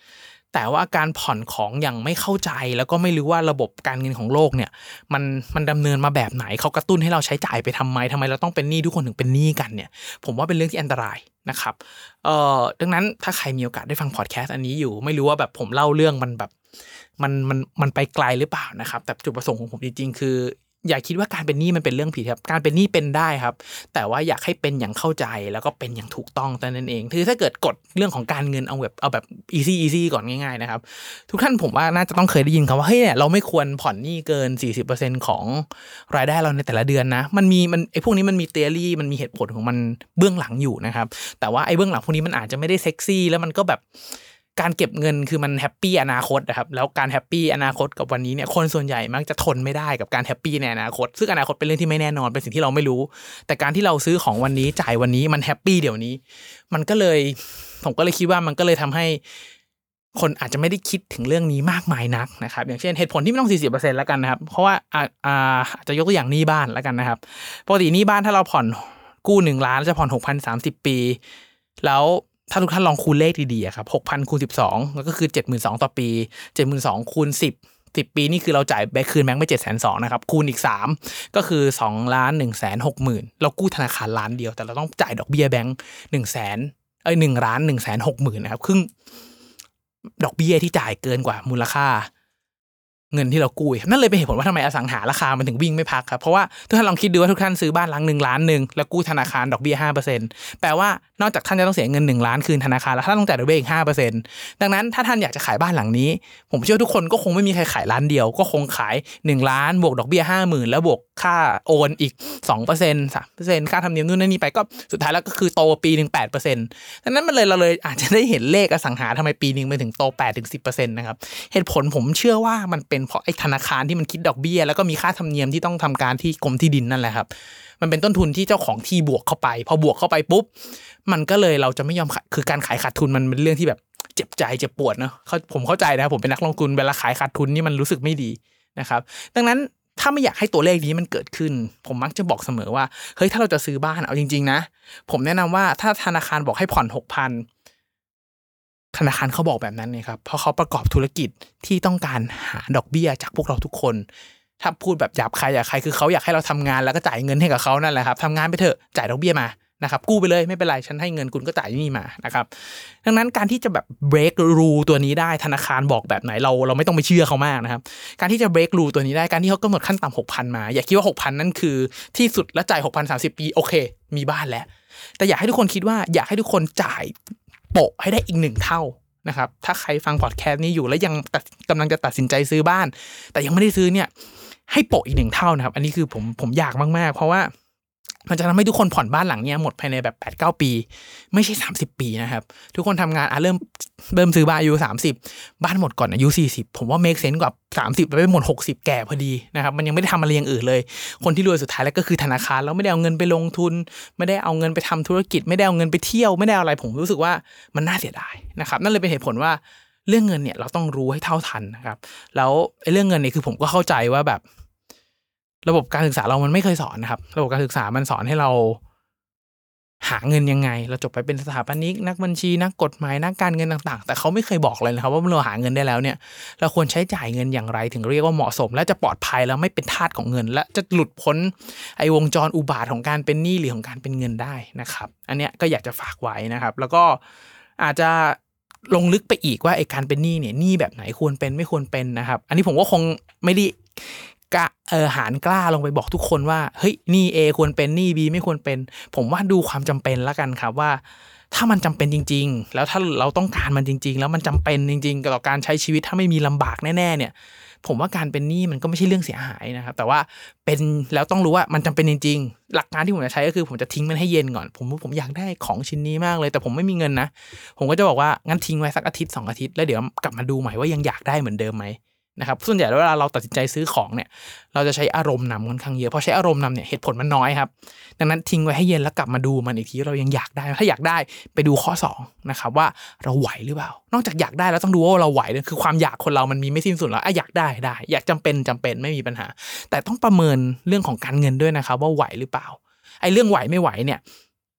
แต่ว่าการผ่อนของอย่างไม่เข้าใจแล้วก็ไม่รู้ว่าระบบการเงินของโลกเนี่ยมันดำเนินมาแบบไหนเขากระตุ้นให้เราใช้จ่ายไปทำไมเราต้องเป็นหนี้ทุกคนถึงเป็นหนี้กันเนี่ยผมว่าเป็นเรื่องที่อันตรายนะครับดังนั้นถ้าใครมีโอกาสได้ฟังพอดแคสต์อันนี้อยู่ไม่รู้ว่าแบบผมเล่าเรื่องมันแบบมันไปไกลหรือเปล่านะครับแต่จุดประสงค์ของผมจริงๆคืออย่าคิดว่าการเป็นหนี้มันเป็นเรื่องผิดครับการเป็นหนี้เป็นได้ครับแต่ว่าอยากให้เป็นอย่างเข้าใจแล้วก็เป็นอย่างถูกต้องแต่นั้นเองคือถ้าเกิดกฎเรื่องของการเงินเอาแบบ easy ก่อนง่ายๆนะครับทุกท่านผมว่าน่าจะต้องเคยได้ยินคำว่าเฮ้ยเนี่ยเราไม่ควรผ่อนหนี้เกิน 40% ของรายได้เราในแต่ละเดือนนะมันไอ้พวกนี้มันมี theory มันมีเหตุผลของมันเบื้องหลังอยู่นะครับแต่ว่าไอ้เบื้องหลังพวกนี้มันอาจจะไม่ได้เซ็กซี่แล้วมันก็แบบการเก็บเงินคือมันแฮปปี้อนาคตนะครับแล้วการแฮปปี้อนาคตกับวันนี้เนี่ยคนส่วนใหญ่มักจะทนไม่ได้กับการแฮปปี้ในอนาคตซึ่งอนาคตเป็นเรื่องที่ไม่แน่นอนเป็นสิ่งที่เราไม่รู้แต่การที่เราซื้อของวันนี้จ่ายวันนี้มันแฮปปี้เดี๋ยวนี้มันก็เลยผมก็เลยคิดว่ามันก็เลยทำให้คนอาจจะไม่ได้คิดถึงเรื่องนี้มากมายนักนะครับอย่างเช่นเหตุผลที่ไม่ต้อง 40% แล้วกันนะครับเพราะว่าอาจจะยกตัวอย่างหนี้บ้านแล้วกันนะครับปกติหนี้บ้านถ้าเราผ่อนกู้1 ล้านจะผ่อน 6,030 ปีแล้วถ้าทุกท่านลองคูณเลขดีๆครับ 6,000 คูณ 12แล้วก็คือ 72,000 ต่อปี 72,000 คูณ 10ปีนี่คือเราจ่ายแบงค์คืนแบงค์ไป 720,000 นะครับคูณอีก3ก็คือ 2,160,000 เรากู้ธนาคารล้านเดียวแต่เราต้องจ่ายดอกเบี้ยแบงค์ 1,160,000 นะครับครึ่งดอกเบี้ยที่จ่ายเกินกว่ามูลค่าเงินที่เรากู้นั่นเลยเป็นเหตุผลว่าทำไมอสังหาราคามันถึงวิ่งไม่พักครับเพราะว่าทุกท่านลองคิดดูว่าทุกท่านซื้อบ้านหลัง1 ล้านแล้วกู้ธนาคารดอกเบี้ย 5% แปลว่านอกจากท่านจะต้องเสียเงิน1 ล้านคืนธนาคารแล้วท่านต้องจ่ายดอกเบี้ยอีก 5% ดังนั้นถ้าท่านอยากจะขายบ้านหลังนี้ผมเชื่อทุกคนก็คงไม่มีใครขายล้านเดียวก็คงขาย1 ล้านบวกดอกเบี้ย 50,000 แล้วบวกค่าโอนอีก 2% 3% ค่าธรรมเนียมนู่นนี่ไปก็สุดท้ายแล้วก็คือโตปีนึง 8% ดังนั้นเราเลยอาจจะได้เห็นเลขอสังหาทำไมปีนึงไปถึงโต 8-10% นะครับเหตุผลผมเชื่อว่ามันเป็นเพราะไอ้ธนาคารที่มันคิดดอกเบี้ยแล้วก็มีค่าธรรมเนียมที่ต้องทำการที่กรมที่ดินนั่นแหละครับมันเป็นต้นทุนที่เจ้าของที่บวกเข้าไปพอบวกเข้าไปปุ๊บมันก็เลยเราจะไม่ยอมคือการขายขาดทุนมันเป็นเรื่องที่แบบเจ็บใจเจ็บปวดเนาะผมเข้าใจนะครับผมเป็นนักลงทุนเวลาขายขาดทุนนี่มันรู้สึกไม่ดีนะครับดังนั้นถ้าไม่อยากให้ตัวเลขนี้มันเกิดขึ้นผมมักจะบอกเสมอว่าเฮ้ยถ้าเราจะซื้อบ้านเอาจริงๆนะผมแนะนำว่าถ้าธนาคารบอกให้ผ่อน 6,000 ธนาคารเขาบอกแบบนั้นเนี่ยครับเพราะเขาประกอบธุรกิจที่ต้องการหาดอกเบี้ยจากพวกเราทุกคนถ้าพูดแบบหยาบคายคือเขาอยากให้เราทำงานแล้วก็จ่ายเงินให้กับเขานั่นแหละครับทำงานไปเถอะจ่ายดอกเบี้ยมานะครับกู้ไปเลยไม่เป็นไรฉันให้เงินคุณก็จ่ายนี่มานะครับดังนั้นการที่จะแบบ break rule ตัวนี้ได้ธนาคารบอกแบบไหนเราไม่ต้องไปเชื่อเขามากนะครับการที่จะ break rule ตัวนี้ได้การที่เขากำหนดขั้นต่ำ 6,000 มาอย่าคิดว่า 6,000 นั่นคือที่สุดและจ่าย 6,000 30 ปีโอเคมีบ้านแล้วแต่อยากให้ทุกคนคิดว่าอยากให้ทุกคนจ่ายโปะให้ได้อีก1 เท่านะครับถ้าใครฟังพอดแคสต์นี้อยู่แล้วยังกำลังจะตัดสินใจซื้อบ้านแต่ยังไม่ได้ซื้อเนี่ยให้โปะอีก1 เท่านะครับอันนี้คือผมอยากมากๆเพราะว่ามันจะทำให้ทุกคนผ่อนบ้านหลังเนี้ยหมดภายในแบบ 8-9 ปีไม่ใช่30 ปีนะครับทุกคนทำงานเริ่มซื้อบ้านอายุ30บ้านหมดก่อนอายุ40ผมว่า make sense กว่า30ไปหมด60แก่พอดีนะครับมันยังไม่ได้ทำอะไรอย่างอื่นเลยคนที่รวยสุดท้ายแล้วก็คือธนาคารแล้วไม่ได้เอาเงินไปลงทุนไม่ได้เอาเงินไปทำธุรกิจไม่ได้เอาเงินไปเที่ยวไม่ได้อะไรผมรู้สึกว่ามันน่าเสียดายนะครับนั่นเลยเป็นเหตุผลว่าเรื่องเงินเนี่ยเราต้องรู้ให้เท่าทันนะครับแล้วเรื่องเงินเนี่ยคือผมก็เข้าใจว่าแบบระบบการศึกษาเรามันไม่เคยสอนนะครับระบบการศึกษามันสอนให้เราหาเงินยังไงเราจบไปเป็นสถาปนิกนักบัญชีนักกฎหมายนักการเงินต่างๆแต่เขาไม่เคยบอกเลยนะครับว่าเราหาเงินได้แล้วเนี่ยเราควรใช้จ่ายเงินอย่างไรถึงเรียกว่าเหมาะสมและจะปลอดภัยแล้วไม่เป็นทาสของเงินและจะหลุดพ้นไอ้วงจรอุบาทของการเป็นหนี้หรือของการเป็นเงินได้นะครับอันเนี้ยก็อยากจะฝากไว้นะครับแล้วก็อาจจะลงลึกไปอีกว่าไอ้การเป็นหนี้เนี่ยหนี้แบบไหนควรเป็นไม่ควรเป็นนะครับอันนี้ผมก็คงไม่ได้หารกล้าลงไปบอกทุกคนว่าเฮ้ยหนี้ A ควรเป็นหนี้ B ไม่ควรเป็นผมว่าดูความจำเป็นละกันครับว่าถ้ามันจำเป็นจริงๆแล้วถ้าเราต้องการมันจริงๆแล้วมันจำเป็นจริงๆต่อการใช้ชีวิตถ้าไม่มีลำบากแน่ๆเนี่ยผมว่าการเป็นหนี้มันก็ไม่ใช่เรื่องเสียหายนะครับแต่ว่าเป็นแล้วต้องรู้ว่ามันจำเป็นจริงๆหลักการที่ผมจะใช้ก็คือผมจะทิ้งมันให้เย็นก่อนผมอยากได้ของชิ้นนี้มากเลยแต่ผมไม่มีเงินนะผมก็จะบอกว่างั้นทิ้งไว้สักอาทิตย์2 อาทิตย์แล้วเดี๋ยวกลับมาดูใหม่ว่ายังอยากได้เหมือนเดิมไหมนะครับส่วนใหญ่เวลาเราตัดสินใจซื้อของเนี่ยเราจะใช้อารมณ์นำค่อนข้างเยอะพอใช้อารมณ์นำเนี่ยเหตุผลมันน้อยครับดังนั้นทิ้งไว้ให้เย็นแล้วกลับมาดูมันอีกทีเรายังอยากได้ถ้าอยากได้ไปดูข้อ2นะครับว่าเราไหวหรือเปล่านอกจากอยากได้แล้วต้องดูว่าเราไหวเนี่ยคือความอยากคนเรามันมีไม่สิ้นสุดแล้วอยากได้อยากจำเป็นไม่มีปัญหาแต่ต้องประเมินเรื่องของการเงินด้วยนะครับว่าไหวหรือเปล่าไอ้เรื่องไหวไม่ไหวเนี่ย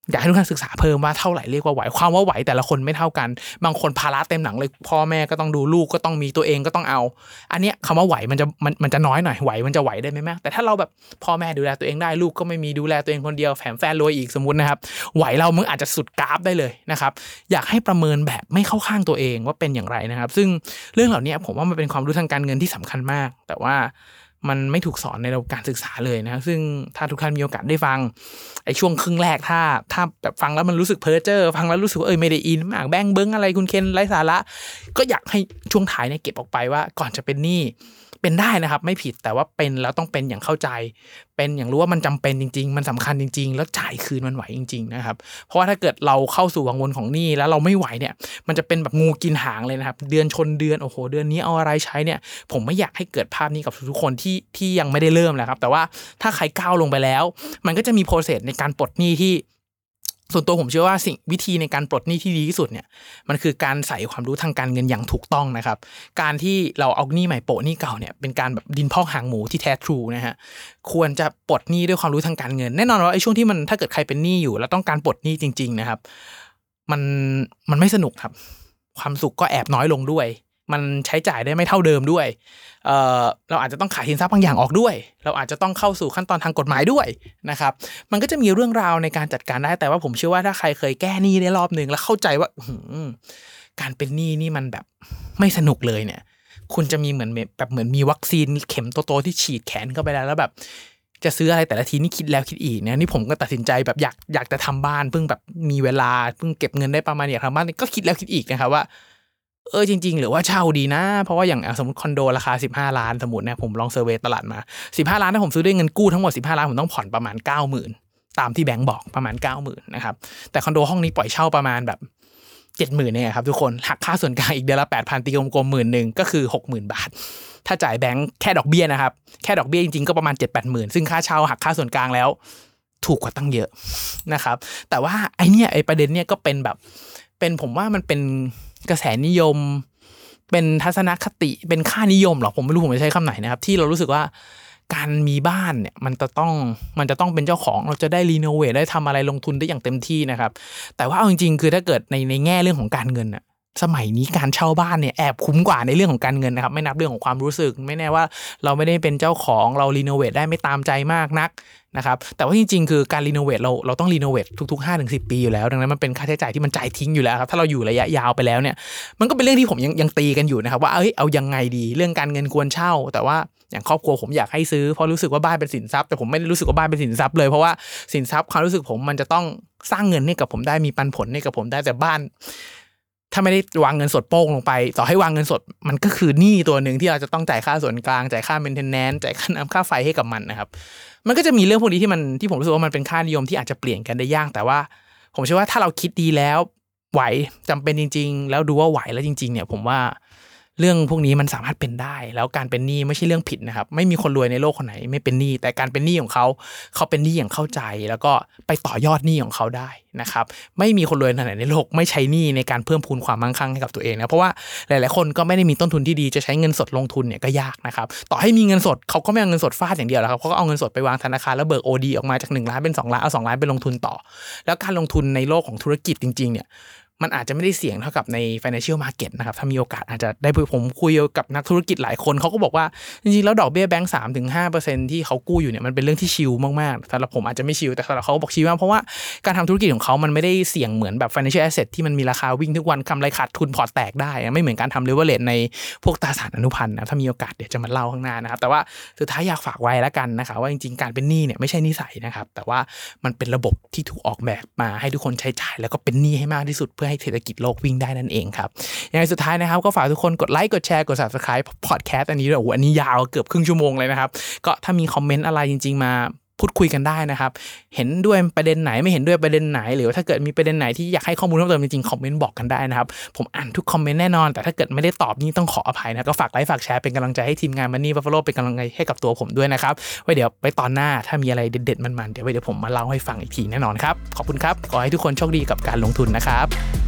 อยากให้ทุกท่านศึกษาเพิ่มว่าเท่าไหร่เรียกว่าไหวความว่าไหวแต่ละคนไม่เท่ากันบางคนภาระเต็มหลังเลยพ่อแม่ก็ต้องดูลูกก็ต้องมีตัวเองก็ต้องเอาอันเนี้ยคำว่าไหวมันจะน้อยหน่อยไหวมันจะไหวได้ไม่มากแต่ถ้าเราแบบพ่อแม่ดูแลตัวเองได้ลูกก็ไม่มีดูแลตัวเองคนเดียวแถมแฟนรวยอีกสมมุตินะครับไหวเรามึงอาจจะสุดกราฟได้เลยนะครับอยากให้ประเมินแบบไม่เข้าข้างตัวเองว่าเป็นอย่างไรนะครับซึ่งเรื่องเหล่านี้ผมว่ามันเป็นความรู้ทางการเงินที่สำคัญมากแต่ว่ามันไม่ถูกสอนในระบบการศึกษาเลยนะซึ่งถ้าทุกท่านมีโอกาสได้ฟังไอ้ช่วงครึ่งแรกถ้าแบบฟังแล้วมันรู้สึกเพ้อเจ้อฟังแล้วรู้สึกว่าไม่ได้อินมากแบงเบิ้งอะไรคุณเคนไร้สาระก็อยากให้ช่วงท้ายเนี่ยเก็บออกไปว่าก่อนจะเป็นหนี้เป็นได้นะครับไม่ผิดแต่ว่าเป็นแล้วต้องเป็นอย่างเข้าใจเป็นอย่างรู้ว่ามันจำเป็นจริงๆมันสำคัญจริงๆแล้วจ่ายคืนมันไหวจริงๆนะครับเพราะว่าถ้าเกิดเราเข้าสู่วังวนของหนี้แล้วเราไม่ไหวเนี่ยมันจะเป็นแบบงูกินหางเลยนะครับเดือนชนเดือนโอ้โหเดือนนี้เอาอะไรใช้เนี่ยผมไม่อยากให้เกิดภาพนี้กับทุกๆคนที่ยังไม่ได้เริ่มแหละครับแต่ว่าถ้าใครก้าวลงไปแล้วมันก็จะมีโปรเซสในการปลดหนี้ที่ส่วนตัวผมเชื่อว่าวิธีในการปลดหนี้ที่ดีที่สุดเนี่ยมันคือการใส่ความรู้ทางการเงินอย่างถูกต้องนะครับการที่เราเอาหนี้ใหม่โปะหนี้เก่าเนี่ยเป็นการแบบดินพอกหางหมูที่แท้ทรูนะฮะควรจะปลดหนี้ด้วยความรู้ทางการเงินแน่นอนว่าไอ้ช่วงที่มันถ้าเกิดใครเป็นหนี้อยู่แล้วต้องการปลดหนี้จริงๆนะครับมันไม่สนุกครับความสุขก็แอบน้อยลงด้วยมันใช้จ่ายได้ไม่เท่าเดิมด้วยเราอาจจะต้องขายสินทรัพย์บางอย่างออกด้วยเราอาจจะต้องเข้าสู่ขั้นตอนทางกฎหมายด้วยนะครับมันก็จะมีเรื่องราวในการจัดการได้แต่ว่าผมเชื่อว่าถ้าใครเคยแก้หนี้ได้รอบนึงแล้วเข้าใจว่าการเป็นหนี้นี่มันแบบไม่สนุกเลยเนี่ยคุณจะมีเหมือนมีวัคซีนเข็มโตๆที่ฉีดแขนเข้าไปแล้วแบบจะซื้ออะไรแต่ละทีนี่คิดแล้วคิดอีกนะนี่ผมก็ตัดสินใจแบบอยากจะทำบ้านเพิ่งแบบมีเวลาเพิ่งเก็บเงินได้ประมาณอยากทำบ้านก็คิดแล้วคิดอีกนะครับว่าจริงๆหรือว่าเช่าดีนะเพราะว่าอย่างสมมติคอนโดราคา15ล้านสมมุตินะผมลองเซอร์เวย์ตลาดมา15ล้านถ้าผมซื้อด้วยเงินกู้ทั้งหมด15ล้านผมต้องผ่อนประมาณ 90,000 ตามที่แบงก์บอกประมาณ 90,000 นะครับแต่คอนโดห้องนี้ปล่อยเช่าประมาณแบบ 70,000 เนี่ยครับทุกคนหักค่าส่วนกลางอีกเดือนละ 8,000 ตีกลมๆ 10,000 ก็คือ 60,000 บาทถ้าจ่ายแบงก์แค่ดอกเบี้ยนะครับแค่ดอกเบี้ยจริงๆก็ประมาณ 7-8,000 ซึ่งค่าเช่าหักค่าส่วนกลางแล้วถูกกว่าตั้งเยอะนะครับแต่ว่าไอ้ประเด็นเนี่ยก็เป็นแบบเป็นผมว่ามันเป็นกระแสนิยมเป็นทัศนคติเป็นค่านิยมหรอผมไม่รู้ผมจะใช้คำไหนนะครับที่เรารู้สึกว่าการมีบ้านเนี่ยมันจะต้องเป็นเจ้าของเราจะได้รีโนเวทได้ทำอะไรลงทุนได้อย่างเต็มที่นะครับแต่ว่าเอาจริงๆคือถ้าเกิดในแง่เรื่องของการเงินอะสมัยนี้การเช่าบ้านเนี่ยแอบคุ้มกว่าในเรื่องของการเงินนะครับไม่นับเรื่องของความรู้สึกไม่แน่ว่าเราไม่ได้เป็นเจ้าของเรารีโนเวทได้ไม่ตามใจมากนักนะครับแต่ว่าจริงๆคือการรีโนเวทเราต้องรีโนเวททุกๆ 5-10 ปีอยู่แล้วดังนั้นมันเป็นค่าใช้จ่ายที่มันจ่ายทิ้งอยู่แล้วครับถ้าเราอยู่ระยะยาวไปแล้วเนี่ยมันก็เป็นเรื่องที่ผมยังตีกันอยู่นะครับว่าเอายังไงดีเรื่องการเงินควรเช่าแต่ว่าอย่างครอบครัวผมอยากให้ซื้อเพราะรู้สึกว่าบ้านเป็นสินทรัพย์แต่ผมไม่ได้รู้สึกว่าบ้านเป็นสินทรัพย์เลยเพราะว่าสินทรัพย์ความรู้สึกผมมันจะต้องสร้างเงินให้กับผมได้มีปันผลให้กับผมได้แต่บ้านถ้าไม่ได้วางเงินสดโป้งลงไปต่อให้วางเงินสดมันก็คือหนี้ตัวนึงที่เราจะต้องจ่ายค่าส่วนกลางจ่ายค่าเมนเทนแนนซ์จ่ายค่าน้ำค่าไฟให้กับมันนะครับมันก็จะมีเรื่องพวกนี้ที่ผมรู้สึกว่ามันเป็นค่านิยมที่อาจจะเปลี่ยนกันได้ยากแต่ว่าผมเชื่อว่าถ้าเราคิดดีแล้วไหวจำเป็นจริงๆแล้วดูว่าไหวแล้วจริงๆเนี่ยผมว่าเรื่องพวกนี้มันสามารถเป็นได้แล้วการเป็นหนี้ไม่ใช่เรื่องผิดนะครับไม่มีคนรวยในโลกคนไหนไม่เป็นหนี้แต่การเป็นหนี้ของเขาเป็นหนี้อย่างเข้าใจแล้วก็ไปต่อยอดหนี้ของเขาได้นะครับไม่มีคนรวยไหนในโลกไม่ใช้หนี้ในการเพิ่มพูนความมั่งคั่งให้กับตัวเองนะเพราะว่าหลายๆคนก็ไม่ได้มีต้นทุนที่ดีจะใช้เงินสดลงทุนเนี่ยก็ยากนะครับต่อให้มีเงินสดเขาก็ไม่เอาเงินสดฟาดอย่างเดียวแล้วครับเขาก็เอาเงินสดไปวางธนาคารแล้วเบิก OD ออกมาจาก1ล้านเป็น2ล้านเอา2ล้านไปลงทุนต่อแล้วการลงทุนในโลกของธุรกิจจริงๆเนี่ยมันอาจจะไม่ได้เสี่ยงเท่ากับใน financial market นะครับถ้ามีโอกาสอาจจะได้ผมคุยกับนักธุรกิจหลายคนเขาก็บอกว่าจริงๆแล้วดอกเบี้ยแบงก์ 3-5% ที่เขากู้อยู่เนี่ยมันเป็นเรื่องที่ชิลมากๆสำหรับผมอาจจะไม่ชิลแต่สำหรับเขาบอกชิลมากเพราะว่าการทำธุรกิจของเขามันไม่ได้เสี่ยงเหมือนแบบ financial asset ที่มันมีราคาวิ่งทุกวันกำไรขาดทุนพอร์ตแตกได้ไม่เหมือนการทำ leverage ในพวกตราสารอนุพันธ์นะถ้ามีโอกาสเดี๋ยวจะมาเล่าข้างหน้านะครับแต่ว่าสุดท้ายอยากฝากไว้แล้วกันนะครับว่าจริงๆการเป็นหนี้เนี่ยไม่ใช่นิสัยนะครับแต่ว่ามันเป็นระบบที่ถูกออกแบบมาให้ทุกคนใช้จ่ายแล้วก็เป็นหนี้ให้มากที่สุดเพื่อให้เศรษฐกิจโลกวิ่งได้นั่นเองครับยังไงสุดท้ายนะครับก็ฝากทุกคนกดไลค์กดแชร์กด Subscribe พอดแคสต์อันนี้ด้วยอันนี้ยาวเกือบครึ่งชั่วโมงเลยนะครับก็ถ้ามีคอมเมนต์อะไรจริงๆมาพูดคุยกันได้นะครับเห็นด้วยประเด็นไหนไม่เห็นด้วยประเด็นไหนหรือว่าถ้าเกิดมีประเด็นไหนที่อยากให้ข้อมูลเพิ่มเติมจริงๆคอมเมนต์บอกกันได้นะครับผมอ่านทุกคอมเมนต์แน่นอนแต่ถ้าเกิดไม่ได้ตอบนี่ต้องขออภัยนะก็ฝากไลค์ฝากแชร์เป็นกำลังใจให้ทีมงาน Money Buffalo เป็นกำลังใจให้กับตัวผมด้วยนะครับไว้เดี๋ยวไปตอนหน้าถ้ามีอะไรเด็ดๆมันๆเดี๋ยวผมมาเล่าให้ฟังอีกทีแน่นอนครับขอบคุณครับขอให้ทุกคนโชคดีกับการลงทุนนะครับ